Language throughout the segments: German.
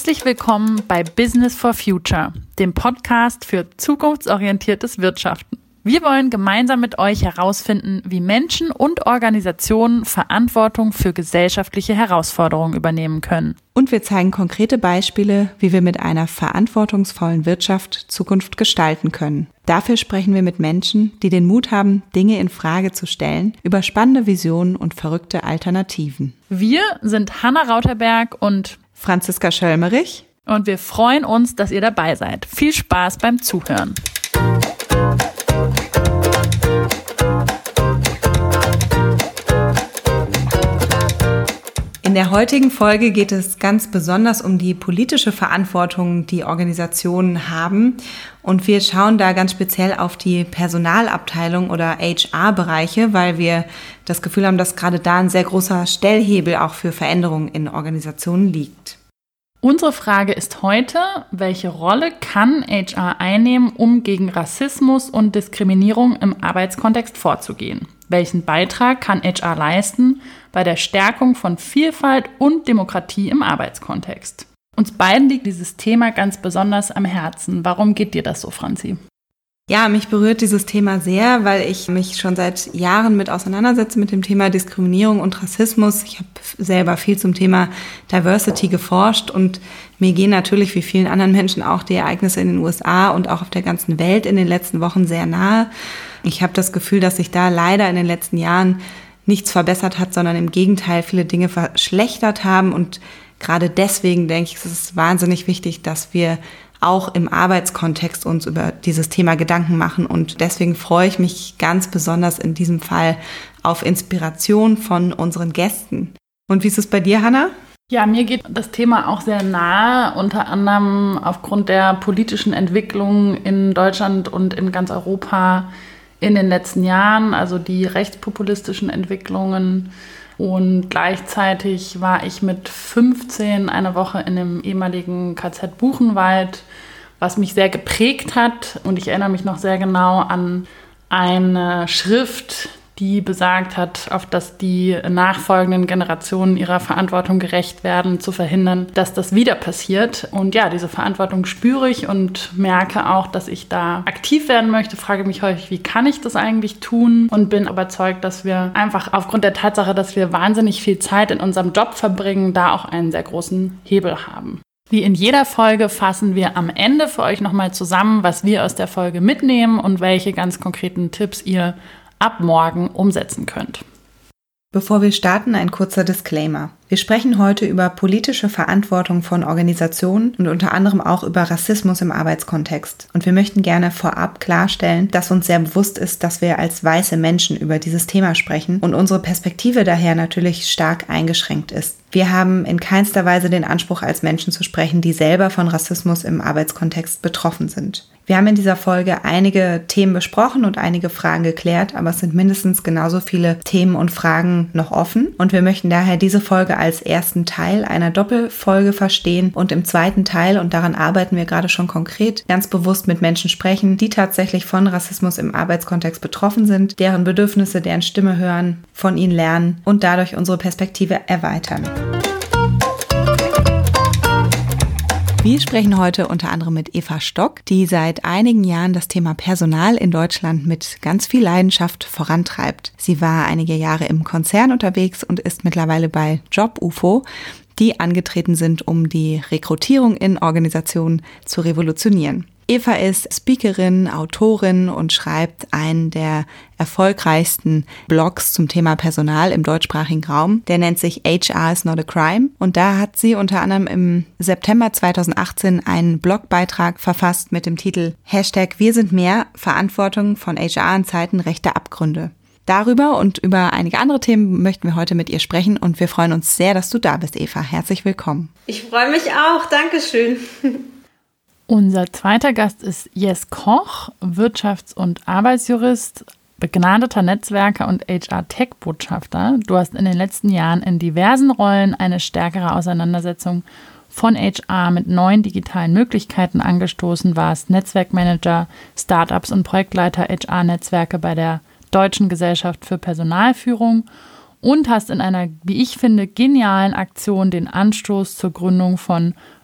Herzlich willkommen bei Business for Future, dem Podcast für zukunftsorientiertes Wirtschaften. Wir wollen gemeinsam mit euch herausfinden, wie Menschen und Organisationen Verantwortung für gesellschaftliche Herausforderungen übernehmen können. Und wir zeigen konkrete Beispiele, wie wir mit einer verantwortungsvollen Wirtschaft Zukunft gestalten können. Dafür sprechen wir mit Menschen, die den Mut haben, Dinge in Frage zu stellen, über spannende Visionen und verrückte Alternativen. Wir sind Hanna Rauterberg und Franziska Schöllmerich. Und wir freuen uns, dass ihr dabei seid. Viel Spaß beim Zuhören. In der heutigen Folge geht es ganz besonders um die politische Verantwortung, die Organisationen haben. Und wir schauen da ganz speziell auf die Personalabteilung oder HR-Bereiche, weil wir das Gefühl haben, dass gerade da ein sehr großer Stellhebel auch für Veränderungen in Organisationen liegt. Unsere Frage ist heute, welche Rolle kann HR einnehmen, um gegen Rassismus und Diskriminierung im Arbeitskontext vorzugehen? Welchen Beitrag kann HR leisten bei der Stärkung von Vielfalt und Demokratie im Arbeitskontext? Uns beiden liegt dieses Thema ganz besonders am Herzen. Warum geht dir das so, Franzi? Ja, mich berührt dieses Thema sehr, weil ich mich schon seit Jahren mit auseinandersetze mit dem Thema Diskriminierung und Rassismus. Ich habe selber viel zum Thema Diversity geforscht und mir gehen natürlich wie vielen anderen Menschen auch die Ereignisse in den USA und auch auf der ganzen Welt in den letzten Wochen sehr nahe. Ich habe das Gefühl, dass sich da leider in den letzten Jahren nichts verbessert hat, sondern im Gegenteil viele Dinge verschlechtert haben. Und gerade deswegen denke ich, es ist wahnsinnig wichtig, dass wir auch im Arbeitskontext uns über dieses Thema Gedanken machen. Und deswegen freue ich mich ganz besonders in diesem Fall auf Inspiration von unseren Gästen. Und wie ist es bei dir, Hanna? Ja, mir geht das Thema auch sehr nahe, unter anderem aufgrund der politischen Entwicklung in Deutschland und in ganz Europa in den letzten Jahren, also die rechtspopulistischen Entwicklungen. Und gleichzeitig war ich mit 15 eine Woche in dem ehemaligen KZ Buchenwald, was mich sehr geprägt hat. Und ich erinnere mich noch sehr genau an eine Schrift, die besagt hat, auf dass die nachfolgenden Generationen ihrer Verantwortung gerecht werden, zu verhindern, dass das wieder passiert. Und ja, diese Verantwortung spüre ich und merke auch, dass ich da aktiv werden möchte. Frage mich häufig, wie kann ich das eigentlich tun? Und bin überzeugt, dass wir einfach aufgrund der Tatsache, dass wir wahnsinnig viel Zeit in unserem Job verbringen, da auch einen sehr großen Hebel haben. Wie in jeder Folge fassen wir am Ende für euch nochmal zusammen, was wir aus der Folge mitnehmen und welche ganz konkreten Tipps ihr ab morgen umsetzen könnt. Bevor wir starten, ein kurzer Disclaimer. Wir sprechen heute über politische Verantwortung von Organisationen und unter anderem auch über Rassismus im Arbeitskontext. Und wir möchten gerne vorab klarstellen, dass uns sehr bewusst ist, dass wir als weiße Menschen über dieses Thema sprechen und unsere Perspektive daher natürlich stark eingeschränkt ist. Wir haben in keinster Weise den Anspruch, als Menschen zu sprechen, die selber von Rassismus im Arbeitskontext betroffen sind. Wir haben in dieser Folge einige Themen besprochen und einige Fragen geklärt, aber es sind mindestens genauso viele Themen und Fragen noch offen. Und wir möchten daher diese Folge als ersten Teil einer Doppelfolge verstehen und im zweiten Teil, und daran arbeiten wir gerade schon konkret, ganz bewusst mit Menschen sprechen, die tatsächlich von Rassismus im Arbeitskontext betroffen sind, deren Bedürfnisse, deren Stimme hören, von ihnen lernen und dadurch unsere Perspektive erweitern. Wir sprechen heute unter anderem mit Eva Stock, die seit einigen Jahren das Thema Personal in Deutschland mit ganz viel Leidenschaft vorantreibt. Sie war einige Jahre im Konzern unterwegs und ist mittlerweile bei JobUFO, die angetreten sind, um die Rekrutierung in Organisationen zu revolutionieren. Eva ist Speakerin, Autorin und schreibt einen der erfolgreichsten Blogs zum Thema Personal im deutschsprachigen Raum. Der nennt sich HR is not a crime. Und da hat sie unter anderem im September 2018 einen Blogbeitrag verfasst mit dem Titel #Wir sind mehr, Verantwortung von HR in Zeiten rechter Abgründe. Darüber und über einige andere Themen möchten wir heute mit ihr sprechen und wir freuen uns sehr, dass du da bist, Eva. Herzlich willkommen. Ich freue mich auch. Dankeschön. Unser zweiter Gast ist Jess Koch, Wirtschafts- und Arbeitsjurist, begnadeter Netzwerker und HR-Tech-Botschafter. Du hast in den letzten Jahren in diversen Rollen eine stärkere Auseinandersetzung von HR mit neuen digitalen Möglichkeiten angestoßen, warst Netzwerkmanager, Startups und Projektleiter HR-Netzwerke bei der Deutschen Gesellschaft für Personalführung und hast in einer, wie ich finde, genialen Aktion den Anstoß zur Gründung von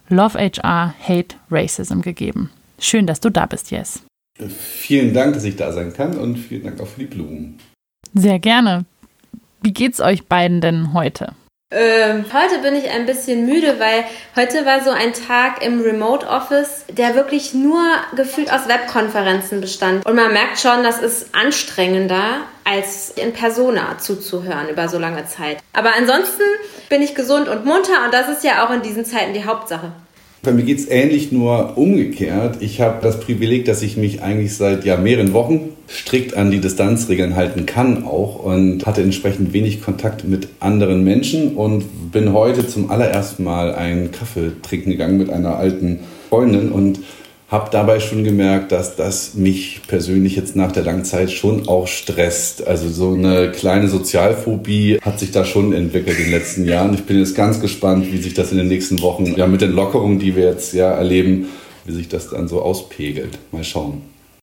Love HR, Hate Racism gegeben. Schön, dass du da bist, Jess. Vielen Dank, dass ich da sein kann und vielen Dank auch für die Blumen. Sehr gerne. Wie geht's euch beiden denn heute? Heute bin ich ein bisschen müde, weil heute war so ein Tag im Remote Office, der wirklich nur gefühlt aus Webkonferenzen bestand. Und man merkt schon, das ist anstrengender, als in Persona zuzuhören über so lange Zeit. Aber ansonsten bin ich gesund und munter und das ist ja auch in diesen Zeiten die Hauptsache. Bei mir geht es ähnlich, nur umgekehrt. Ich habe das Privileg, dass ich mich eigentlich seit mehreren Wochen strikt an die Distanzregeln halten kann auch und hatte entsprechend wenig Kontakt mit anderen Menschen und bin heute zum allerersten Mal einen Kaffee trinken gegangen mit einer alten Freundin und habe dabei schon gemerkt, dass das mich persönlich jetzt nach der langen Zeit schon auch stresst. Also so eine kleine Sozialphobie hat sich da schon entwickelt in den letzten Jahren. Ich bin jetzt ganz gespannt, wie sich das in den nächsten Wochen, mit den Lockerungen, die wir jetzt erleben, wie sich das dann so auspegelt. Mal schauen.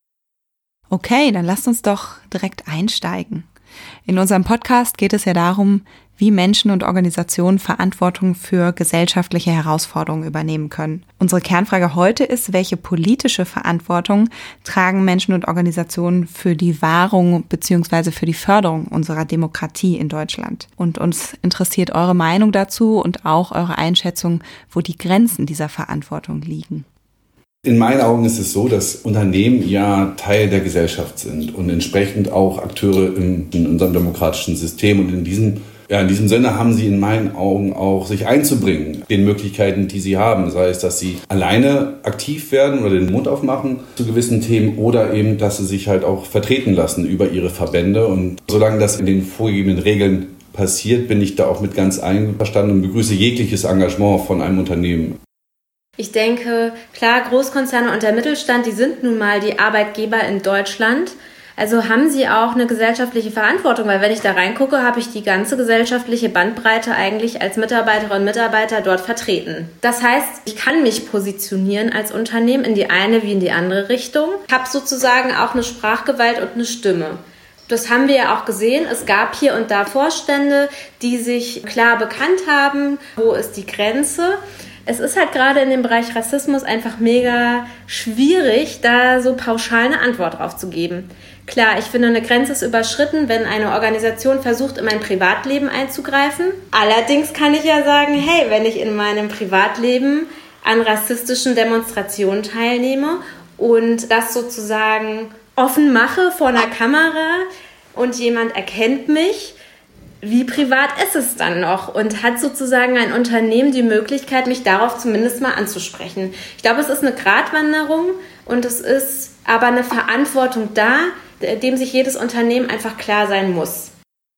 Okay, dann lasst uns doch direkt einsteigen. In unserem Podcast geht es ja darum, wie Menschen und Organisationen Verantwortung für gesellschaftliche Herausforderungen übernehmen können. Unsere Kernfrage heute ist, welche politische Verantwortung tragen Menschen und Organisationen für die Wahrung bzw. für die Förderung unserer Demokratie in Deutschland? Und uns interessiert eure Meinung dazu und auch eure Einschätzung, wo die Grenzen dieser Verantwortung liegen. In meinen Augen ist es so, dass Unternehmen ja Teil der Gesellschaft sind und entsprechend auch Akteure in unserem demokratischen System. Und in diesem Sinne haben sie in meinen Augen auch sich einzubringen, den Möglichkeiten, die sie haben. Sei es, dass sie alleine aktiv werden oder den Mund aufmachen zu gewissen Themen oder eben, dass sie sich halt auch vertreten lassen über ihre Verbände. Und solange das in den vorgegebenen Regeln passiert, bin ich da auch mit ganz einverstanden und begrüße jegliches Engagement von einem Unternehmen. Ich denke, klar, Großkonzerne und der Mittelstand, die sind nun mal die Arbeitgeber in Deutschland. Also haben sie auch eine gesellschaftliche Verantwortung, weil wenn ich da reingucke, habe ich die ganze gesellschaftliche Bandbreite eigentlich als Mitarbeiterinnen und Mitarbeiter dort vertreten. Das heißt, ich kann mich positionieren als Unternehmen in die eine wie in die andere Richtung. Ich habe sozusagen auch eine Sprachgewalt und eine Stimme. Das haben wir ja auch gesehen. Es gab hier und da Vorstände, die sich klar bekannt haben, wo ist die Grenze. Es ist halt gerade in dem Bereich Rassismus einfach mega schwierig, da so pauschal eine Antwort drauf zu geben. Klar, ich finde, eine Grenze ist überschritten, wenn eine Organisation versucht, in mein Privatleben einzugreifen. Allerdings kann ich ja sagen, hey, wenn ich in meinem Privatleben an rassistischen Demonstrationen teilnehme und das sozusagen offen mache vor einer Kamera und jemand erkennt mich, wie privat ist es dann noch? Und hat sozusagen ein Unternehmen die Möglichkeit, mich darauf zumindest mal anzusprechen? Ich glaube, es ist eine Gratwanderung und es ist aber eine Verantwortung da, dem sich jedes Unternehmen einfach klar sein muss.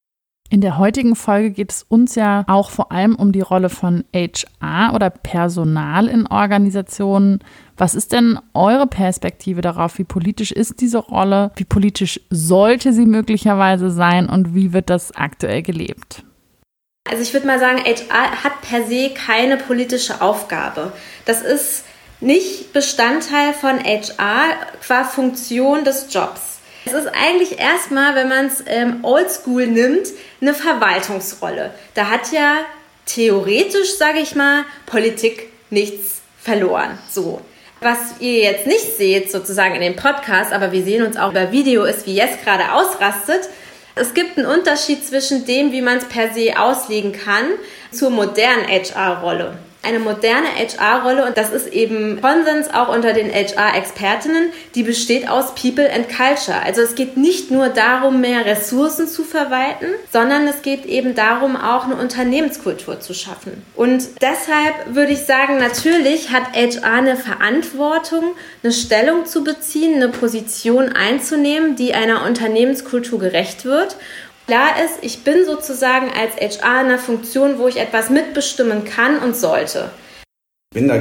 In der heutigen Folge geht es uns ja auch vor allem um die Rolle von HR oder Personal in Organisationen. Was ist denn eure Perspektive darauf? Wie politisch ist diese Rolle? Wie politisch sollte sie möglicherweise sein? Und wie wird das aktuell gelebt? Also ich würde mal sagen, HR hat per se keine politische Aufgabe. Das ist nicht Bestandteil von HR qua Funktion des Jobs. Es ist eigentlich erstmal, wenn man es oldschool nimmt, eine Verwaltungsrolle. Da hat ja theoretisch, sage ich mal, Politik nichts verloren. So. Was ihr jetzt nicht seht, sozusagen in dem Podcast, aber wir sehen uns auch über Video, ist, wie Jess gerade ausrastet. Es gibt einen Unterschied zwischen dem, wie man es per se auslegen kann, zur modernen HR-Rolle. Eine moderne HR-Rolle, und das ist eben Konsens auch unter den HR-Expertinnen, die besteht aus People and Culture. Also es geht nicht nur darum, mehr Ressourcen zu verwalten, sondern es geht eben darum, auch eine Unternehmenskultur zu schaffen. Und deshalb würde ich sagen, natürlich hat HR eine Verantwortung, eine Stellung zu beziehen, eine Position einzunehmen, die einer Unternehmenskultur gerecht wird. Klar ist, ich bin sozusagen als HR in einer Funktion, wo ich etwas mitbestimmen kann und sollte. Ich bin da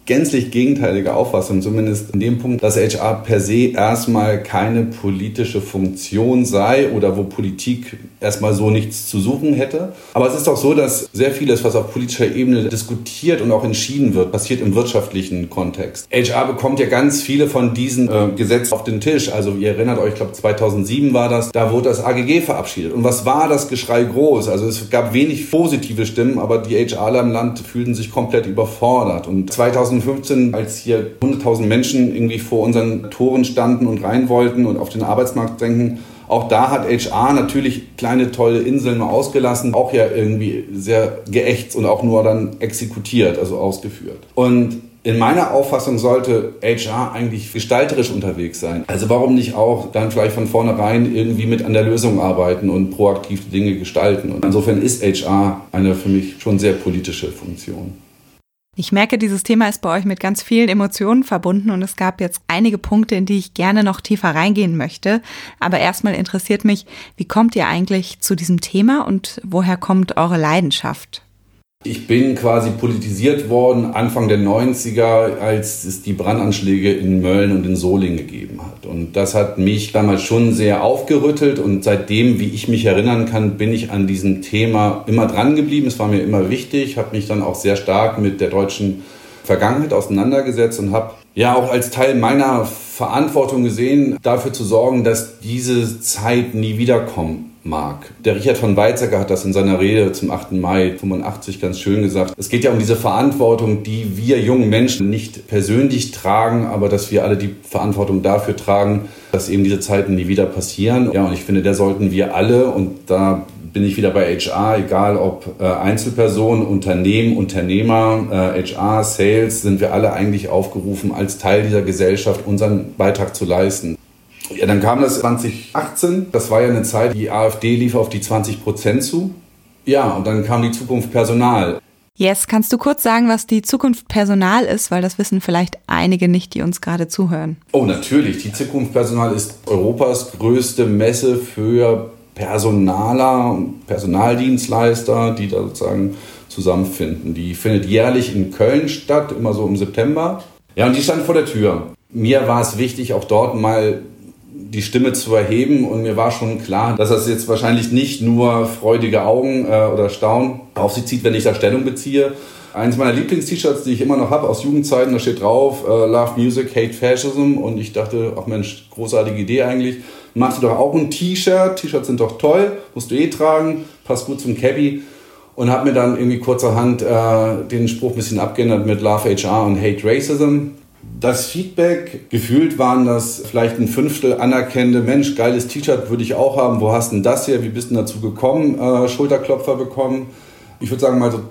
gänzlich gegenteilige Auffassung, zumindest in dem Punkt, dass HR per se erstmal keine politische Funktion sei oder wo Politik erstmal so nichts zu suchen hätte. Aber es ist auch so, dass sehr vieles, was auf politischer Ebene diskutiert und auch entschieden wird, passiert im wirtschaftlichen Kontext. HR bekommt ja ganz viele von diesen Gesetzen auf den Tisch. Also ihr erinnert euch, ich glaube 2007 war das, da wurde das AGG verabschiedet. Und was war das Geschrei groß? Also es gab wenig positive Stimmen, aber die HRler im Land fühlten sich komplett überfordert. Und 2015, als hier 100.000 Menschen irgendwie vor unseren Toren standen und rein wollten und auf den Arbeitsmarkt drängen, auch da hat HR natürlich kleine tolle Inseln mal ausgelassen, auch ja irgendwie sehr geächtzt und auch nur dann exekutiert, also ausgeführt. Und in meiner Auffassung sollte HR eigentlich gestalterisch unterwegs sein. Also warum nicht auch dann vielleicht von vornherein irgendwie mit an der Lösung arbeiten und proaktiv die Dinge gestalten. Und insofern ist HR eine für mich schon sehr politische Funktion. Ich merke, dieses Thema ist bei euch mit ganz vielen Emotionen verbunden und es gab jetzt einige Punkte, in die ich gerne noch tiefer reingehen möchte. Aber erstmal interessiert mich, wie kommt ihr eigentlich zu diesem Thema und woher kommt eure Leidenschaft? Ich bin quasi politisiert worden Anfang der 90er, als es die Brandanschläge in Mölln und in Solingen gegeben hat. Und das hat mich damals schon sehr aufgerüttelt und seitdem, wie ich mich erinnern kann, bin ich an diesem Thema immer dran geblieben. Es war mir immer wichtig, habe mich dann auch sehr stark mit der deutschen Vergangenheit auseinandergesetzt und habe ja auch als Teil meiner Verantwortung gesehen, dafür zu sorgen, dass diese Zeit nie wiederkommen mag. Der Richard von Weizsäcker hat das in seiner Rede zum 8. Mai 85 ganz schön gesagt. Es geht ja um diese Verantwortung, die wir jungen Menschen nicht persönlich tragen, aber dass wir alle die Verantwortung dafür tragen, dass eben diese Zeiten nie wieder passieren. Ja, und ich finde, da sollten wir alle, und da bin ich wieder bei HR, egal ob Einzelpersonen, Unternehmen, Unternehmer, HR, Sales, sind wir alle eigentlich aufgerufen, als Teil dieser Gesellschaft unseren Beitrag zu leisten. Ja, dann kam das 2018, das war ja eine Zeit, die AfD lief auf die 20% zu. Ja, und dann kam die Zukunft Personal. Yes, kannst du kurz sagen, was die Zukunft Personal ist? Weil das wissen vielleicht einige nicht, die uns gerade zuhören. Oh, natürlich. Die Zukunft Personal ist Europas größte Messe für Personaler und Personaldienstleister, die da sozusagen zusammenfinden. Die findet jährlich in Köln statt, immer so im September. Ja, und die stand vor der Tür. Mir war es wichtig, auch dort mal die Stimme zu erheben und mir war schon klar, dass das jetzt wahrscheinlich nicht nur freudige Augen oder Staunen auf sich zieht, wenn ich da Stellung beziehe. Eines meiner Lieblings-T-Shirts, die ich immer noch habe aus Jugendzeiten, da steht drauf, Love Music, Hate Fascism, und ich dachte, ach Mensch, großartige Idee eigentlich. Machst du doch auch ein T-Shirt, T-Shirts sind doch toll, musst du tragen, passt gut zum Cabby, und habe mir dann irgendwie kurzerhand den Spruch ein bisschen abgeändert mit Love HR und Hate Racism. Das Feedback, gefühlt waren das vielleicht ein Fünftel anerkennende, Mensch, geiles T-Shirt würde ich auch haben, wo hast denn das her, wie bist du dazu gekommen, Schulterklopfer bekommen. Ich würde sagen, mal so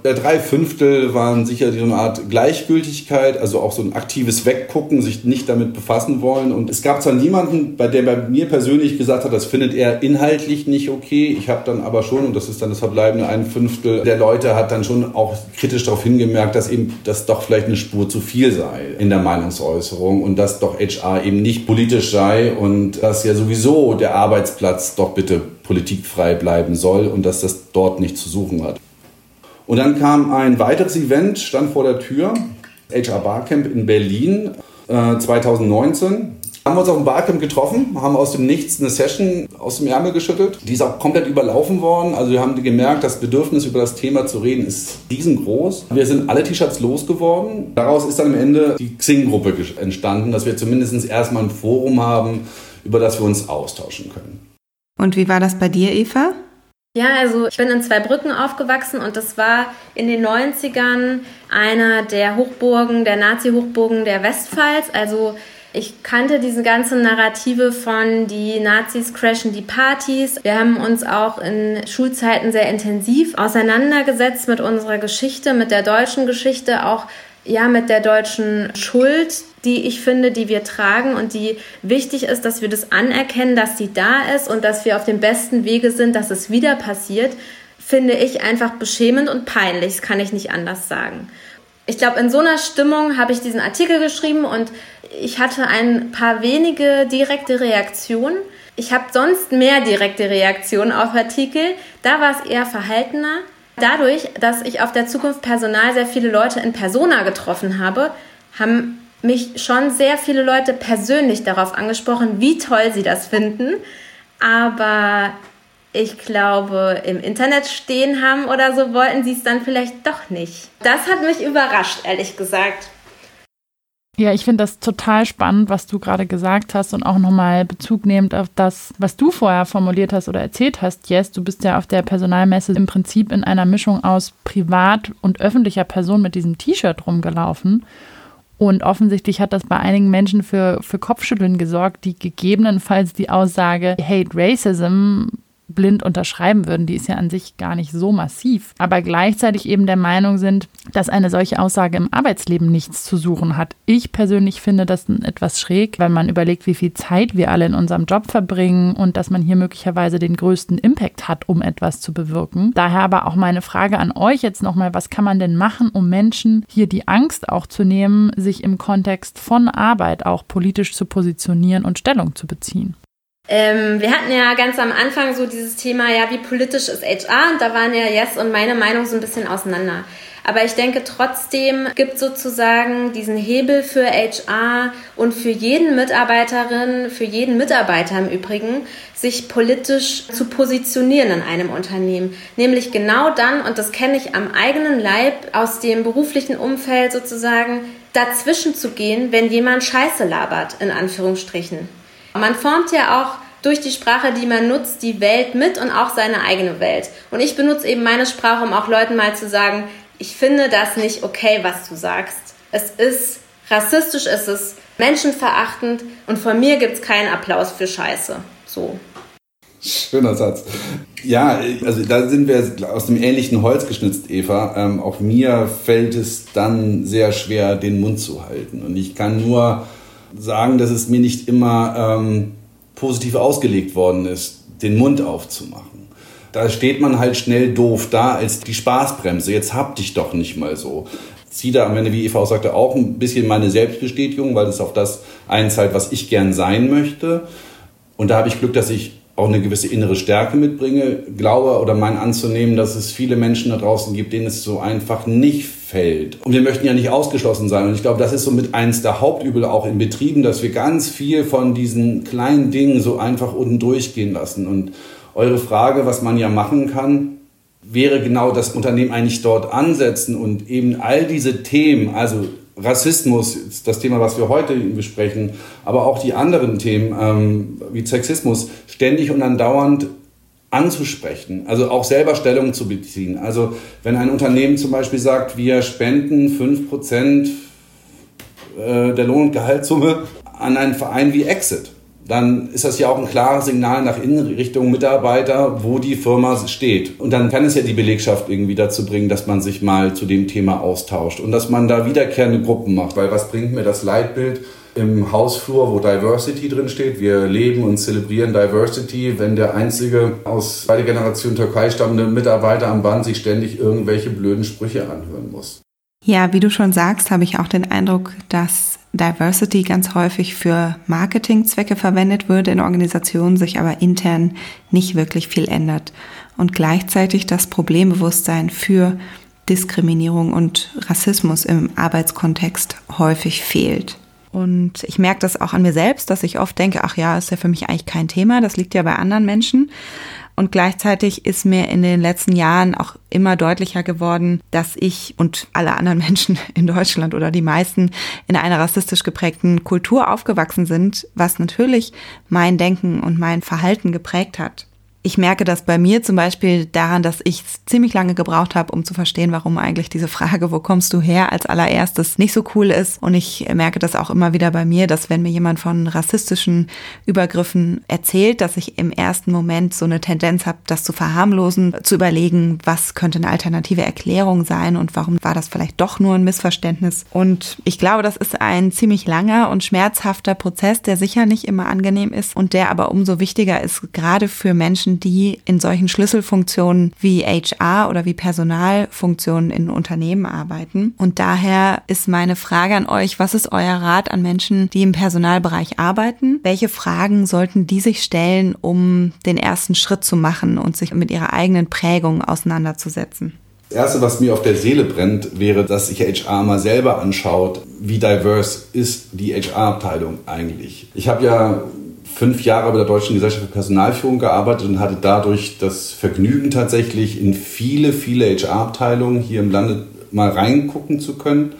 3/5 waren sicher so eine Art Gleichgültigkeit, also auch so ein aktives Weggucken, sich nicht damit befassen wollen. Und es gab zwar niemanden, der bei mir persönlich gesagt hat, das findet er inhaltlich nicht okay. Ich habe dann aber schon, und das ist dann das verbleibende 1/5 der Leute, hat dann schon auch kritisch darauf hingemerkt, dass eben das doch vielleicht eine Spur zu viel sei in der Meinungsäußerung und dass doch HR eben nicht politisch sei und dass ja sowieso der Arbeitsplatz doch bitte politikfrei bleiben soll und dass das dort nichts zu suchen hat. Und dann kam ein weiteres Event, stand vor der Tür, HR Barcamp in Berlin 2019. Haben wir uns auf dem Barcamp getroffen, haben aus dem Nichts eine Session aus dem Ärmel geschüttelt. Die ist auch komplett überlaufen worden. Also wir haben gemerkt, das Bedürfnis, über das Thema zu reden, ist riesengroß. Wir sind alle T-Shirts losgeworden. Daraus ist dann am Ende die Xing-Gruppe entstanden, dass wir zumindest erstmal ein Forum haben, über das wir uns austauschen können. Und wie war das bei dir, Eva? Ja, also ich bin in Zweibrücken aufgewachsen und das war in den 90ern einer der Hochburgen, der Nazi-Hochburgen der Westpfalz. Also ich kannte diese ganze Narrative von die Nazis crashen die Partys. Wir haben uns auch in Schulzeiten sehr intensiv auseinandergesetzt mit unserer Geschichte, mit der deutschen Geschichte, auch ja mit der deutschen Schuld, die ich finde, die wir tragen und die wichtig ist, dass wir das anerkennen, dass sie da ist und dass wir auf dem besten Wege sind, dass es wieder passiert, finde ich einfach beschämend und peinlich. Das kann ich nicht anders sagen. Ich glaube, in so einer Stimmung habe ich diesen Artikel geschrieben und ich hatte ein paar wenige direkte Reaktionen. Ich habe sonst mehr direkte Reaktionen auf Artikel. Da war es eher verhaltener. Dadurch, dass ich auf der Zukunft Personal sehr viele Leute in Persona getroffen habe, haben mich schon sehr viele Leute persönlich darauf angesprochen, wie toll sie das finden. Aber ich glaube, im Internet stehen haben oder so, wollten sie es dann vielleicht doch nicht. Das hat mich überrascht, ehrlich gesagt. Ja, ich finde das total spannend, was du gerade gesagt hast und auch nochmal Bezug nehmend auf das, was du vorher formuliert hast oder erzählt hast, Jess. Du bist ja auf der Personalmesse im Prinzip in einer Mischung aus privat und öffentlicher Person mit diesem T-Shirt rumgelaufen. Und offensichtlich hat das bei einigen Menschen für Kopfschütteln gesorgt, die gegebenenfalls die Aussage Hate Racism blind unterschreiben würden. Die ist ja an sich gar nicht so massiv, aber gleichzeitig eben der Meinung sind, dass eine solche Aussage im Arbeitsleben nichts zu suchen hat. Ich persönlich finde das etwas schräg, weil man überlegt, wie viel Zeit wir alle in unserem Job verbringen und dass man hier möglicherweise den größten Impact hat, um etwas zu bewirken. Daher aber auch meine Frage an euch jetzt nochmal, was kann man denn machen, um Menschen hier die Angst auch zu nehmen, sich im Kontext von Arbeit auch politisch zu positionieren und Stellung zu beziehen? Wir hatten ja ganz am Anfang so dieses Thema, ja, wie politisch ist HR? Und da waren ja Jess und meine Meinung so ein bisschen auseinander. Aber ich denke trotzdem gibt sozusagen diesen Hebel für HR und für jeden Mitarbeiterin, für jeden Mitarbeiter im Übrigen, sich politisch zu positionieren in einem Unternehmen. Nämlich genau dann, und das kenne ich am eigenen Leib aus dem beruflichen Umfeld sozusagen, dazwischen zu gehen, wenn jemand Scheiße labert, in Anführungsstrichen. Man formt ja auch durch die Sprache, die man nutzt, die Welt mit und auch seine eigene Welt. Und ich benutze eben meine Sprache, um auch Leuten mal zu sagen, ich finde das nicht okay, was du sagst. Es ist rassistisch, es ist menschenverachtend und von mir gibt es keinen Applaus für Scheiße. So. Schöner Satz. Ja, also da sind wir aus dem ähnlichen Holz geschnitzt, Eva. Auch mir fällt es dann sehr schwer, den Mund zu halten. Und ich kann nur sagen, dass es mir nicht immer positiv ausgelegt worden ist, den Mund aufzumachen. Da steht man halt schnell doof da als die Spaßbremse. Jetzt hab dich doch nicht mal so. Ziehe da am Ende, wie Eva auch sagte, auch ein bisschen meine Selbstbestätigung, weil es auf das einzahlt, was ich gern sein möchte. Und da habe ich Glück, dass ich auch eine gewisse innere Stärke mitbringe. Glaube oder mein anzunehmen, dass es viele Menschen da draußen gibt, denen es so einfach nicht fällt. Und wir möchten ja nicht ausgeschlossen sein. Und ich glaube, das ist so mit eins der Hauptübel auch in Betrieben, dass wir ganz viel von diesen kleinen Dingen so einfach unten durchgehen lassen. Und eure Frage, was man ja machen kann, wäre genau das Unternehmen eigentlich dort ansetzen und eben all diese Themen, also Rassismus ist das Thema, was wir heute besprechen, aber auch die anderen Themen wie Sexismus ständig und andauernd anzusprechen, also auch selber Stellung zu beziehen. Also wenn ein Unternehmen zum Beispiel sagt, wir spenden 5% der Lohn- und Gehaltssumme an einen Verein wie Exit, dann ist das ja auch ein klares Signal nach innen Richtung Mitarbeiter, wo die Firma steht. Und dann kann es ja die Belegschaft irgendwie dazu bringen, dass man sich mal zu dem Thema austauscht und dass man da wiederkehrende Gruppen macht. Weil was bringt mir das Leitbild im Hausflur, wo Diversity drin steht? Wir leben und zelebrieren Diversity, wenn der einzige aus zweiter Generation Türkei stammende Mitarbeiter am Band sich ständig irgendwelche blöden Sprüche anhören muss. Ja, wie du schon sagst, habe ich auch den Eindruck, dass Diversity ganz häufig für Marketingzwecke verwendet wird in Organisationen, sich aber intern nicht wirklich viel ändert. Und gleichzeitig das Problembewusstsein für Diskriminierung und Rassismus im Arbeitskontext häufig fehlt. Und ich merke das auch an mir selbst, dass ich oft denke, ach ja, ist ja für mich eigentlich kein Thema, das liegt ja bei anderen Menschen. Und gleichzeitig ist mir in den letzten Jahren auch immer deutlicher geworden, dass ich und alle anderen Menschen in Deutschland oder die meisten in einer rassistisch geprägten Kultur aufgewachsen sind, was natürlich mein Denken und mein Verhalten geprägt hat. Ich merke das bei mir zum Beispiel daran, dass ich ziemlich lange gebraucht habe, um zu verstehen, warum eigentlich diese Frage, wo kommst du her, als allererstes nicht so cool ist. Und ich merke das auch immer wieder bei mir, dass wenn mir jemand von rassistischen Übergriffen erzählt, dass ich im ersten Moment so eine Tendenz habe, das zu verharmlosen, zu überlegen, was könnte eine alternative Erklärung sein und warum war das vielleicht doch nur ein Missverständnis. Und ich glaube, das ist ein ziemlich langer und schmerzhafter Prozess, der sicher nicht immer angenehm ist und der aber umso wichtiger ist, gerade für Menschen, die in solchen Schlüsselfunktionen wie HR oder wie Personalfunktionen in Unternehmen arbeiten. Und daher ist meine Frage an euch, was ist euer Rat an Menschen, die im Personalbereich arbeiten? Welche Fragen sollten die sich stellen, um den ersten Schritt zu machen und sich mit ihrer eigenen Prägung auseinanderzusetzen? Das Erste, was mir auf der Seele brennt, wäre, dass sich HR mal selber anschaut, wie diverse ist die HR-Abteilung eigentlich. Ich habe ja 5 Jahre bei der Deutschen Gesellschaft für Personalführung gearbeitet und hatte dadurch das Vergnügen, tatsächlich in viele HR-Abteilungen hier im Lande mal reingucken zu können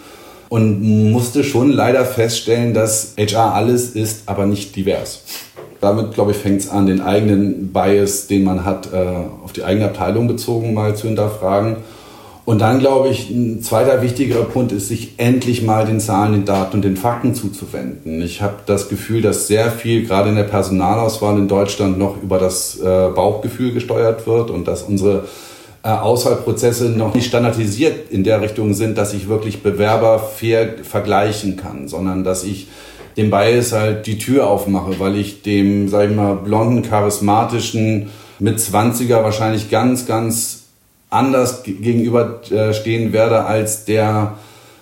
und musste schon leider feststellen, dass HR alles ist, aber nicht divers. Damit, glaube ich, fängt es an, den eigenen Bias, den man hat, auf die eigene Abteilung bezogen, mal zu hinterfragen. Und dann, glaube ich, ein zweiter wichtigerer Punkt ist, sich endlich mal den Zahlen, den Daten und den Fakten zuzuwenden. Ich habe das Gefühl, dass sehr viel, gerade in der Personalauswahl in Deutschland, noch über das Bauchgefühl gesteuert wird und dass unsere Auswahlprozesse noch nicht standardisiert in der Richtung sind, dass ich wirklich Bewerber fair vergleichen kann, sondern dass ich dem Bias halt die Tür aufmache, weil ich dem, sag ich mal, blonden, charismatischen, mit 20er wahrscheinlich ganz, ganz anders gegenüberstehen werde als der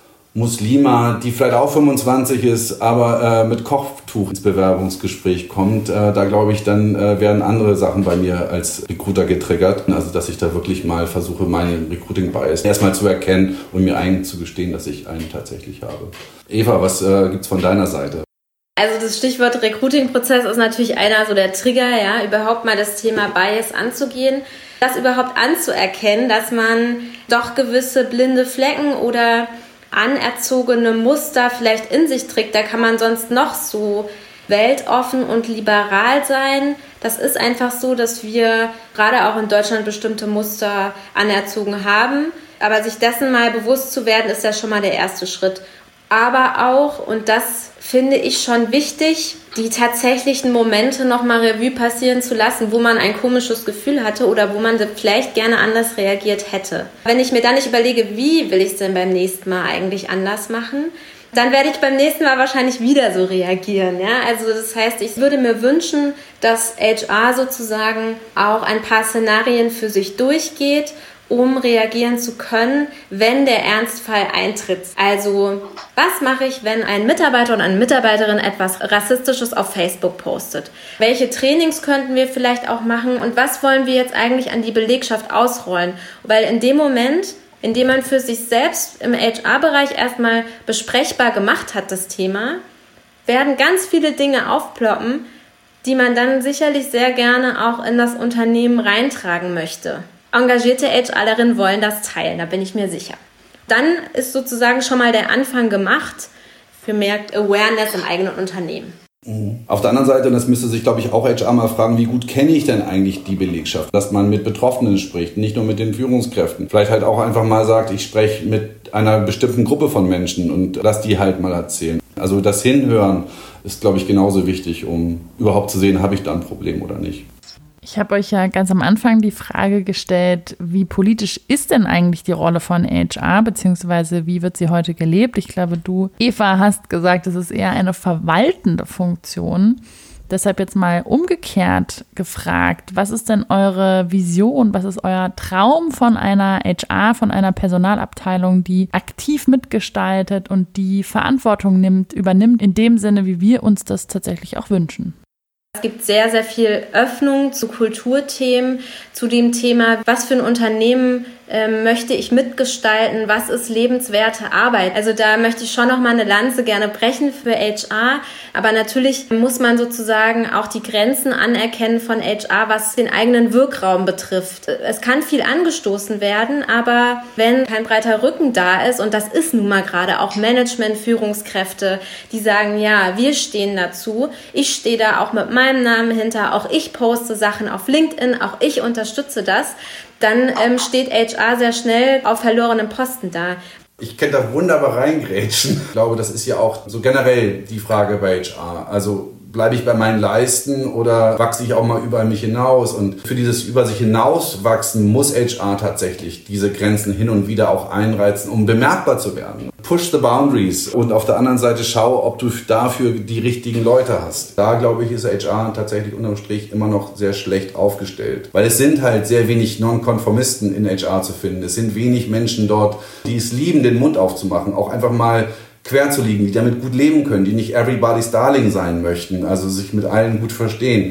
Muslima, die vielleicht auch 25 ist, aber mit Kopftuch ins Bewerbungsgespräch kommt. Da glaube ich, dann werden andere Sachen bei mir als Recruiter getriggert. Also dass ich da wirklich mal versuche, meinen Recruiting-Bias erstmal zu erkennen und mir einzugestehen, dass ich einen tatsächlich habe. Eva, was gibt's von deiner Seite? Also das Stichwort Recruiting-Prozess ist natürlich einer so der Trigger, ja, überhaupt mal das Thema Bias anzugehen. Das überhaupt anzuerkennen, dass man doch gewisse blinde Flecken oder anerzogene Muster vielleicht in sich trägt. Da kann man sonst noch so weltoffen und liberal sein. Das ist einfach so, dass wir gerade auch in Deutschland bestimmte Muster anerzogen haben. Aber sich dessen mal bewusst zu werden, ist ja schon mal der erste Schritt. Aber auch, und das finde ich schon wichtig, die tatsächlichen Momente nochmal Revue passieren zu lassen, wo man ein komisches Gefühl hatte oder wo man vielleicht gerne anders reagiert hätte. Wenn ich mir dann nicht überlege, wie will ich es denn beim nächsten Mal eigentlich anders machen, dann werde ich beim nächsten Mal wahrscheinlich wieder so reagieren. Ja? Also das heißt, ich würde mir wünschen, dass HR sozusagen auch ein paar Szenarien für sich durchgeht, um reagieren zu können, wenn der Ernstfall eintritt. Also, was mache ich, wenn ein Mitarbeiter oder eine Mitarbeiterin etwas Rassistisches auf Facebook postet? Welche Trainings könnten wir vielleicht auch machen? Und was wollen wir jetzt eigentlich an die Belegschaft ausrollen? Weil in dem Moment, in dem man für sich selbst im HR-Bereich erstmal besprechbar gemacht hat, das Thema, werden ganz viele Dinge aufploppen, die man dann sicherlich sehr gerne auch in das Unternehmen reintragen möchte. Engagierte HRlerinnen wollen das teilen, da bin ich mir sicher. Dann ist sozusagen schon mal der Anfang gemacht für mehr Awareness im eigenen Unternehmen. Auf der anderen Seite, und das müsste sich, glaube ich, auch HR mal fragen, wie gut kenne ich denn eigentlich die Belegschaft? Dass man mit Betroffenen spricht, nicht nur mit den Führungskräften. Vielleicht halt auch einfach mal sagt, ich spreche mit einer bestimmten Gruppe von Menschen und lass die halt mal erzählen. Also das Hinhören ist, glaube ich, genauso wichtig, um überhaupt zu sehen, habe ich da ein Problem oder nicht. Ich habe euch ja ganz am Anfang die Frage gestellt, wie politisch ist denn eigentlich die Rolle von HR, beziehungsweise wie wird sie heute gelebt? Ich glaube, du, Eva, hast gesagt, es ist eher eine verwaltende Funktion. Deshalb jetzt mal umgekehrt gefragt, was ist denn eure Vision, was ist euer Traum von einer HR, von einer Personalabteilung, die aktiv mitgestaltet und die Verantwortung übernimmt, in dem Sinne, wie wir uns das tatsächlich auch wünschen? Es gibt sehr, sehr viel Öffnung zu Kulturthemen, zu dem Thema, was für ein Unternehmen möchte ich mitgestalten, was ist lebenswerte Arbeit. Also da möchte ich schon noch mal eine Lanze gerne brechen für HR, aber natürlich muss man sozusagen auch die Grenzen anerkennen von HR, was den eigenen Wirkraum betrifft. Es kann viel angestoßen werden, aber wenn kein breiter Rücken da ist, und das ist nun mal gerade auch Management, Führungskräfte, die sagen, ja, wir stehen dazu, ich stehe da auch mit meinem Namen hinter, auch ich poste Sachen auf LinkedIn, auch ich unterstütze das, dann steht HR sehr schnell auf verlorenem Posten da. Ich kann da wunderbar reingrätschen. Ich glaube, das ist ja auch so generell die Frage bei HR. Also bleibe ich bei meinen Leisten oder wachse ich auch mal über mich hinaus? Und für dieses über sich hinauswachsen muss HR tatsächlich diese Grenzen hin und wieder auch einreizen, um bemerkbar zu werden. Push the boundaries und auf der anderen Seite schau, ob du dafür die richtigen Leute hast. Da, glaube ich, ist HR tatsächlich unterm Strich immer noch sehr schlecht aufgestellt. Weil es sind halt sehr wenig Nonkonformisten in HR zu finden. Es sind wenig Menschen dort, die es lieben, den Mund aufzumachen, auch einfach mal quer zu liegen, die damit gut leben können, die nicht everybody's darling sein möchten, also sich mit allen gut verstehen.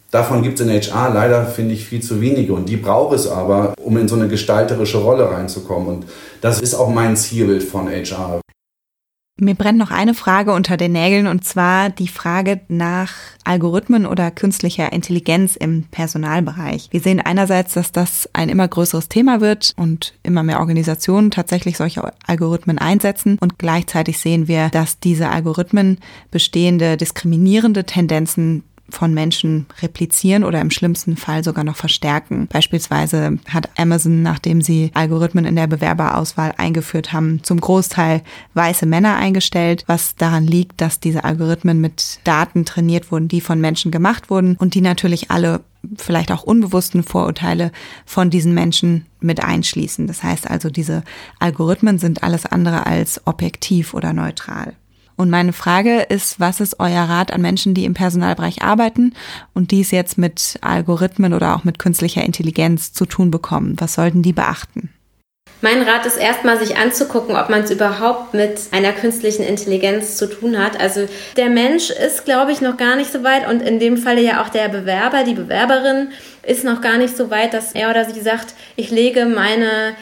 Davon gibt es in HR leider, finde ich, viel zu wenige. Und die braucht es aber, um in so eine gestalterische Rolle reinzukommen. Und das ist auch mein Zielbild von HR. Mir brennt noch eine Frage unter den Nägeln, und zwar die Frage nach Algorithmen oder künstlicher Intelligenz im Personalbereich. Wir sehen einerseits, dass das ein immer größeres Thema wird und immer mehr Organisationen tatsächlich solche Algorithmen einsetzen. Und gleichzeitig sehen wir, dass diese Algorithmen bestehende diskriminierende Tendenzen von Menschen replizieren oder im schlimmsten Fall sogar noch verstärken. Beispielsweise hat Amazon, nachdem sie Algorithmen in der Bewerberauswahl eingeführt haben, zum Großteil weiße Männer eingestellt, was daran liegt, dass diese Algorithmen mit Daten trainiert wurden, die von Menschen gemacht wurden und die natürlich alle vielleicht auch unbewussten Vorurteile von diesen Menschen mit einschließen. Das heißt also, diese Algorithmen sind alles andere als objektiv oder neutral. Und meine Frage ist, was ist euer Rat an Menschen, die im Personalbereich arbeiten und dies jetzt mit Algorithmen oder auch mit künstlicher Intelligenz zu tun bekommen? Was sollten die beachten? Mein Rat ist erstmal, sich anzugucken, ob man es überhaupt mit einer künstlichen Intelligenz zu tun hat. Also der Mensch ist, glaube ich, noch gar nicht so weit und in dem Falle ja auch der Bewerber, die Bewerberin ist noch gar nicht so weit, dass er oder sie sagt, ich lege meine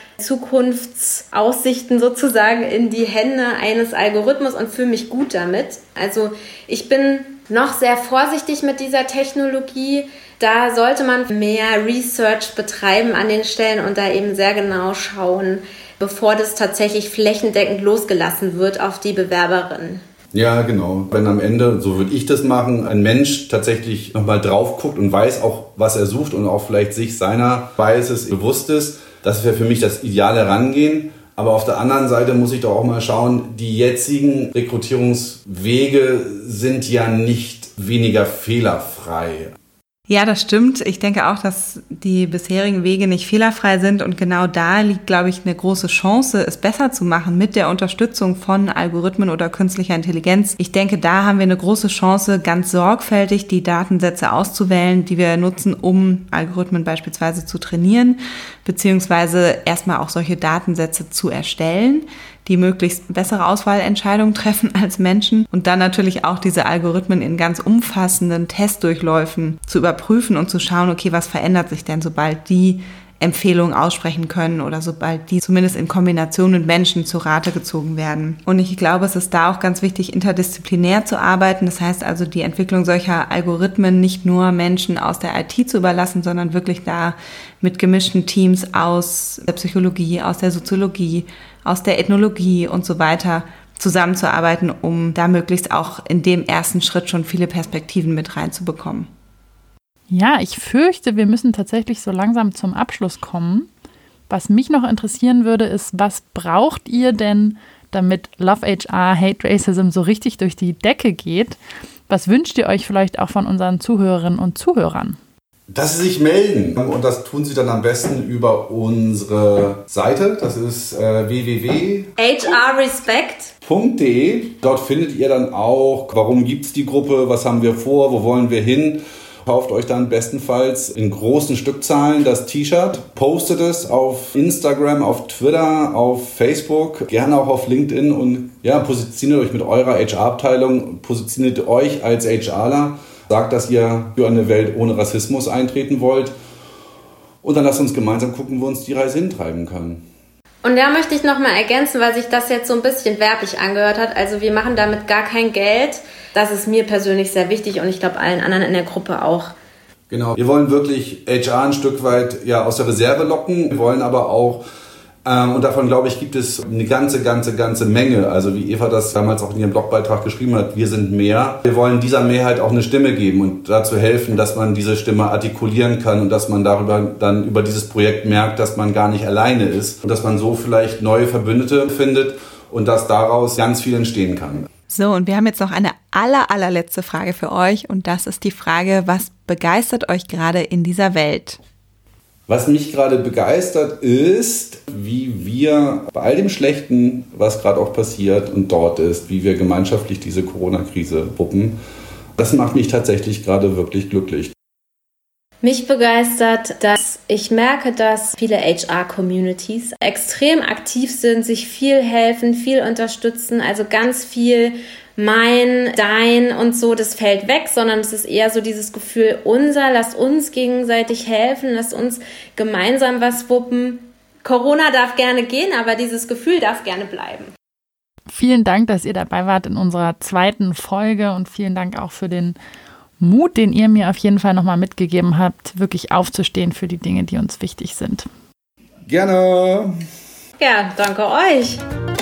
Zukunftsaussichten sozusagen in die Hände eines Algorithmus und fühle mich gut damit. Also ich bin noch sehr vorsichtig mit dieser Technologie. Da sollte man mehr Research betreiben an den Stellen und da eben sehr genau schauen, bevor das tatsächlich flächendeckend losgelassen wird auf die Bewerberin. Ja, genau. Wenn am Ende, so würde ich das machen, ein Mensch tatsächlich nochmal drauf guckt und weiß auch, was er sucht und auch vielleicht sich seiner Biases bewusst ist, das wäre für mich das ideale Herangehen. Aber auf der anderen Seite muss ich doch auch mal schauen, die jetzigen Rekrutierungswege sind ja nicht weniger fehlerfrei. Ja, das stimmt. Ich denke auch, dass die bisherigen Wege nicht fehlerfrei sind und genau da liegt, glaube ich, eine große Chance, es besser zu machen mit der Unterstützung von Algorithmen oder künstlicher Intelligenz. Ich denke, da haben wir eine große Chance, ganz sorgfältig die Datensätze auszuwählen, die wir nutzen, um Algorithmen beispielsweise zu trainieren, beziehungsweise erstmal auch solche Datensätze zu erstellen, die möglichst bessere Auswahlentscheidungen treffen als Menschen und dann natürlich auch diese Algorithmen in ganz umfassenden Testdurchläufen zu überprüfen und zu schauen, okay, was verändert sich denn, sobald die Empfehlungen aussprechen können oder sobald die zumindest in Kombination mit Menschen zu Rate gezogen werden. Und ich glaube, es ist da auch ganz wichtig, interdisziplinär zu arbeiten. Das heißt also, die Entwicklung solcher Algorithmen nicht nur Menschen aus der IT zu überlassen, sondern wirklich da mit gemischten Teams aus der Psychologie, aus der Soziologie, aus der Ethnologie und so weiter zusammenzuarbeiten, um da möglichst auch in dem ersten Schritt schon viele Perspektiven mit reinzubekommen. Ja, ich fürchte, wir müssen tatsächlich so langsam zum Abschluss kommen. Was mich noch interessieren würde, ist, was braucht ihr denn, damit Love HR, Hate Racism so richtig durch die Decke geht? Was wünscht ihr euch vielleicht auch von unseren Zuhörerinnen und Zuhörern? Dass sie sich melden. Und das tun sie dann am besten über unsere Seite. Das ist www.hrrespect.de. Dort findet ihr dann auch, warum gibt es die Gruppe, was haben wir vor, wo wollen wir hin. Kauft euch dann bestenfalls in großen Stückzahlen das T-Shirt, postet es auf Instagram, auf Twitter, auf Facebook, gerne auch auf LinkedIn und ja, positioniert euch mit eurer HR-Abteilung, positioniert euch als HRler, sagt, dass ihr für eine Welt ohne Rassismus eintreten wollt und dann lasst uns gemeinsam gucken, wo uns die Reise hintreiben kann. Und da möchte ich nochmal ergänzen, weil sich das jetzt so ein bisschen werblich angehört hat. Also wir machen damit gar kein Geld. Das ist mir persönlich sehr wichtig und ich glaube allen anderen in der Gruppe auch. Genau. Wir wollen wirklich HR ein Stück weit aus der Reserve locken. Wir wollen aber auch, und davon glaube ich, gibt es eine ganze Menge. Also wie Eva das damals auch in ihrem Blogbeitrag geschrieben hat, wir sind mehr. Wir wollen dieser Mehrheit auch eine Stimme geben und dazu helfen, dass man diese Stimme artikulieren kann und dass man darüber dann über dieses Projekt merkt, dass man gar nicht alleine ist und dass man so vielleicht neue Verbündete findet und dass daraus ganz viel entstehen kann. So, und wir haben jetzt noch eine allerletzte Frage für euch und das ist die Frage, was begeistert euch gerade in dieser Welt? Was mich gerade begeistert ist, wie wir bei all dem Schlechten, was gerade auch passiert und dort ist, wie wir gemeinschaftlich diese Corona-Krise wuppen, das macht mich tatsächlich gerade wirklich glücklich. Mich begeistert, dass ich merke, dass viele HR-Communities extrem aktiv sind, sich viel helfen, viel unterstützen, also ganz viel mein, dein und so, das fällt weg, sondern es ist eher so dieses Gefühl lasst uns gegenseitig helfen, lasst uns gemeinsam was wuppen. Corona darf gerne gehen, aber dieses Gefühl darf gerne bleiben. Vielen Dank, dass ihr dabei wart in unserer zweiten Folge und vielen Dank auch für den Mut, den ihr mir auf jeden Fall nochmal mitgegeben habt, wirklich aufzustehen für die Dinge, die uns wichtig sind. Gerne. Ja, danke euch.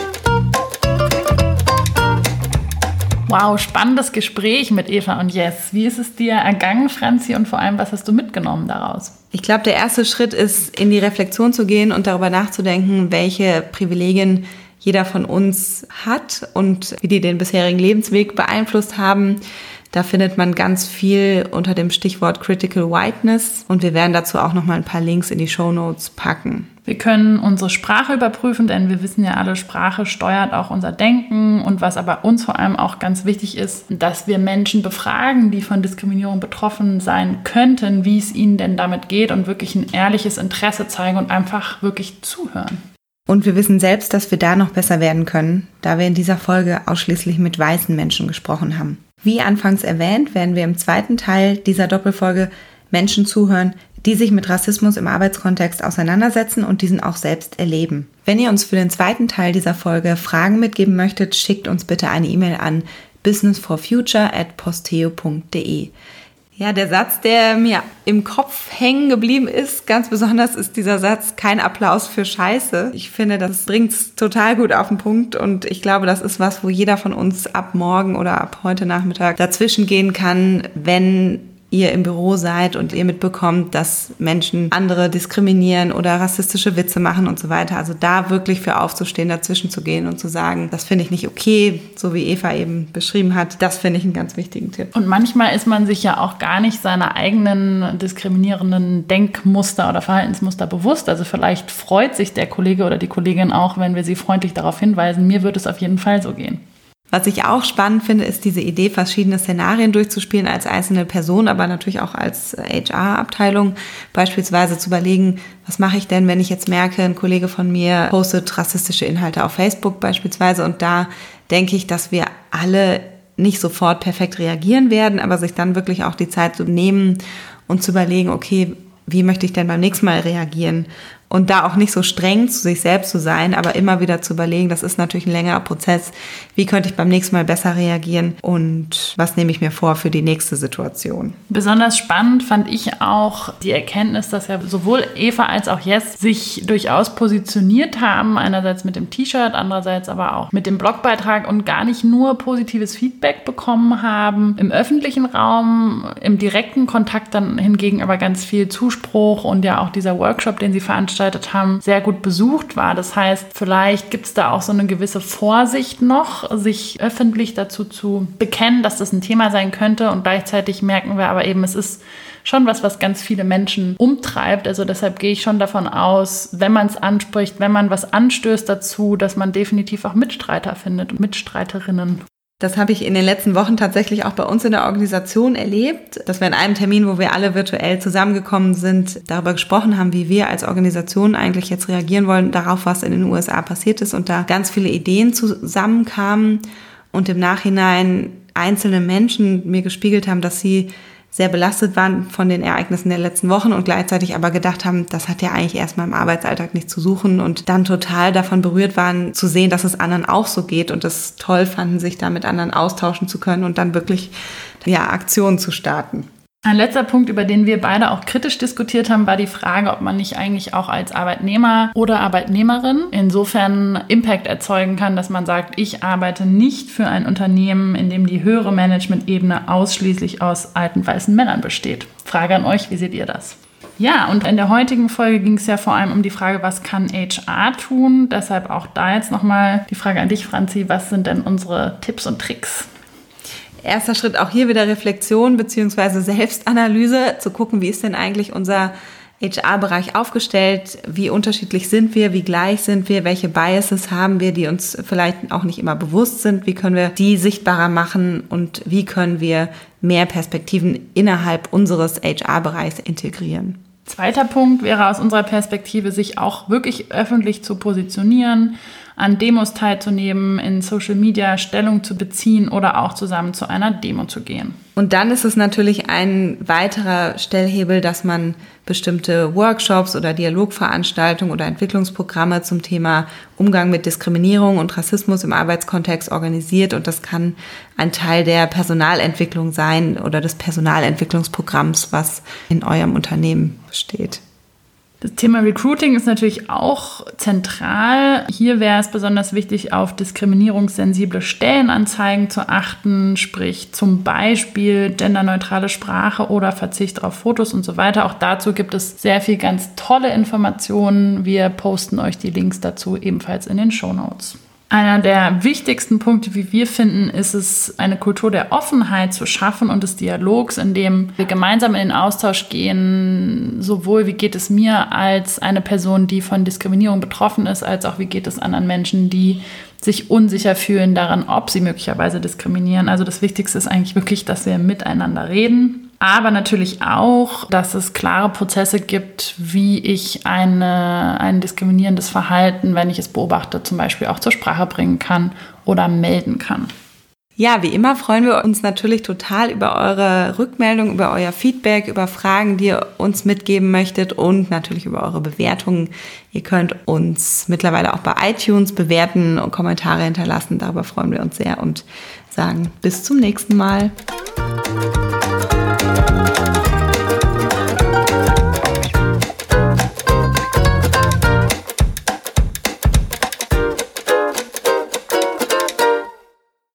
Wow, spannendes Gespräch mit Eva und Jess. Wie ist es dir ergangen, Franzi, und vor allem, was hast du mitgenommen daraus? Ich glaube, der erste Schritt ist, in die Reflexion zu gehen und darüber nachzudenken, welche Privilegien jeder von uns hat und wie die den bisherigen Lebensweg beeinflusst haben. Da findet man ganz viel unter dem Stichwort Critical Whiteness und wir werden dazu auch nochmal ein paar Links in die Shownotes packen. Wir können unsere Sprache überprüfen, denn wir wissen ja alle, Sprache steuert auch unser Denken. Und was aber uns vor allem auch ganz wichtig ist, dass wir Menschen befragen, die von Diskriminierung betroffen sein könnten, wie es ihnen denn damit geht und wirklich ein ehrliches Interesse zeigen und einfach wirklich zuhören. Und wir wissen selbst, dass wir da noch besser werden können, da wir in dieser Folge ausschließlich mit weißen Menschen gesprochen haben. Wie anfangs erwähnt, werden wir im zweiten Teil dieser Doppelfolge Menschen zuhören, die sich mit Rassismus im Arbeitskontext auseinandersetzen und diesen auch selbst erleben. Wenn ihr uns für den zweiten Teil dieser Folge Fragen mitgeben möchtet, schickt uns bitte eine E-Mail an businessforfuture@posteo.de. Ja, der Satz, der mir im Kopf hängen geblieben ist, ganz besonders ist dieser Satz, kein Applaus für Scheiße. Ich finde, das bringt's total gut auf den Punkt und ich glaube, das ist was, wo jeder von uns ab morgen oder ab heute Nachmittag dazwischen gehen kann, wenn ihr im Büro seid und ihr mitbekommt, dass Menschen andere diskriminieren oder rassistische Witze machen und so weiter. Also da wirklich für aufzustehen, dazwischen zu gehen und zu sagen, das finde ich nicht okay, so wie Eva eben beschrieben hat. Das finde ich einen ganz wichtigen Tipp. Und manchmal ist man sich ja auch gar nicht seiner eigenen diskriminierenden Denkmuster oder Verhaltensmuster bewusst. Also vielleicht freut sich der Kollege oder die Kollegin auch, wenn wir sie freundlich darauf hinweisen. Mir würde es auf jeden Fall so gehen. Was ich auch spannend finde, ist diese Idee, verschiedene Szenarien durchzuspielen als einzelne Person, aber natürlich auch als HR-Abteilung. Beispielsweise zu überlegen, was mache ich denn, wenn ich jetzt merke, ein Kollege von mir postet rassistische Inhalte auf Facebook beispielsweise. Und da denke ich, dass wir alle nicht sofort perfekt reagieren werden, aber sich dann wirklich auch die Zeit zu nehmen und zu überlegen, okay, wie möchte ich denn beim nächsten Mal reagieren? Und da auch nicht so streng zu sich selbst zu sein, aber immer wieder zu überlegen, das ist natürlich ein längerer Prozess. Wie könnte ich beim nächsten Mal besser reagieren und was nehme ich mir vor für die nächste Situation? Besonders spannend fand ich auch die Erkenntnis, dass ja sowohl Eva als auch Jess sich durchaus positioniert haben, einerseits mit dem T-Shirt, andererseits aber auch mit dem Blogbeitrag und gar nicht nur positives Feedback bekommen haben im öffentlichen Raum, im direkten Kontakt dann hingegen aber ganz viel Zuspruch und ja auch dieser Workshop, den sie veranstaltet haben, sehr gut besucht war. Das heißt, vielleicht gibt es da auch so eine gewisse Vorsicht noch, sich öffentlich dazu zu bekennen, dass das ein Thema sein könnte und gleichzeitig merken wir aber eben, es ist schon was ganz viele Menschen umtreibt. Also deshalb gehe ich schon davon aus, wenn man es anspricht, wenn man was anstößt dazu, dass man definitiv auch Mitstreiter findet und Mitstreiterinnen. Das habe ich in den letzten Wochen tatsächlich auch bei uns in der Organisation erlebt, dass wir in einem Termin, wo wir alle virtuell zusammengekommen sind, darüber gesprochen haben, wie wir als Organisation eigentlich jetzt reagieren wollen, darauf, was in den USA passiert ist und da ganz viele Ideen zusammenkamen und im Nachhinein einzelne Menschen mir gespiegelt haben, dass sie sehr belastet waren von den Ereignissen der letzten Wochen und gleichzeitig aber gedacht haben, das hat ja eigentlich erstmal im Arbeitsalltag nichts zu suchen und dann total davon berührt waren, zu sehen, dass es anderen auch so geht und es toll fanden, sich da mit anderen austauschen zu können und dann wirklich Aktionen zu starten. Ein letzter Punkt, über den wir beide auch kritisch diskutiert haben, war die Frage, ob man nicht eigentlich auch als Arbeitnehmer oder Arbeitnehmerin insofern Impact erzeugen kann, dass man sagt, ich arbeite nicht für ein Unternehmen, in dem die höhere Management-Ebene ausschließlich aus alten weißen Männern besteht. Frage an euch, wie seht ihr das? Ja, und in der heutigen Folge ging es ja vor allem um die Frage, was kann HR tun? Deshalb auch da jetzt nochmal die Frage an dich, Franzi, was sind denn unsere Tipps und Tricks? Erster Schritt auch hier wieder Reflexion bzw. Selbstanalyse, zu gucken, wie ist denn eigentlich unser HR-Bereich aufgestellt, wie unterschiedlich sind wir, wie gleich sind wir, welche Biases haben wir, die uns vielleicht auch nicht immer bewusst sind, wie können wir die sichtbarer machen und wie können wir mehr Perspektiven innerhalb unseres HR-Bereichs integrieren. Zweiter Punkt wäre aus unserer Perspektive, sich auch wirklich öffentlich zu positionieren, an Demos teilzunehmen, in Social Media Stellung zu beziehen oder auch zusammen zu einer Demo zu gehen. Und dann ist es natürlich ein weiterer Stellhebel, dass man bestimmte Workshops oder Dialogveranstaltungen oder Entwicklungsprogramme zum Thema Umgang mit Diskriminierung und Rassismus im Arbeitskontext organisiert. Und das kann ein Teil der Personalentwicklung sein oder des Personalentwicklungsprogramms, was in eurem Unternehmen besteht. Das Thema Recruiting ist natürlich auch zentral. Hier wäre es besonders wichtig, auf diskriminierungssensible Stellenanzeigen zu achten, sprich zum Beispiel genderneutrale Sprache oder Verzicht auf Fotos und so weiter. Auch dazu gibt es sehr viel ganz tolle Informationen. Wir posten euch die Links dazu ebenfalls in den Shownotes. Einer der wichtigsten Punkte, wie wir finden, ist es, eine Kultur der Offenheit zu schaffen und des Dialogs, in dem wir gemeinsam in den Austausch gehen, sowohl wie geht es mir als eine Person, die von Diskriminierung betroffen ist, als auch wie geht es anderen Menschen, die sich unsicher fühlen daran, ob sie möglicherweise diskriminieren. Also das Wichtigste ist eigentlich wirklich, dass wir miteinander reden. Aber natürlich auch, dass es klare Prozesse gibt, wie ich ein diskriminierendes Verhalten, wenn ich es beobachte, zum Beispiel auch zur Sprache bringen kann oder melden kann. Ja, wie immer freuen wir uns natürlich total über eure Rückmeldung, über euer Feedback, über Fragen, die ihr uns mitgeben möchtet und natürlich über eure Bewertungen. Ihr könnt uns mittlerweile auch bei iTunes bewerten und Kommentare hinterlassen. Darüber freuen wir uns sehr und sagen bis zum nächsten Mal.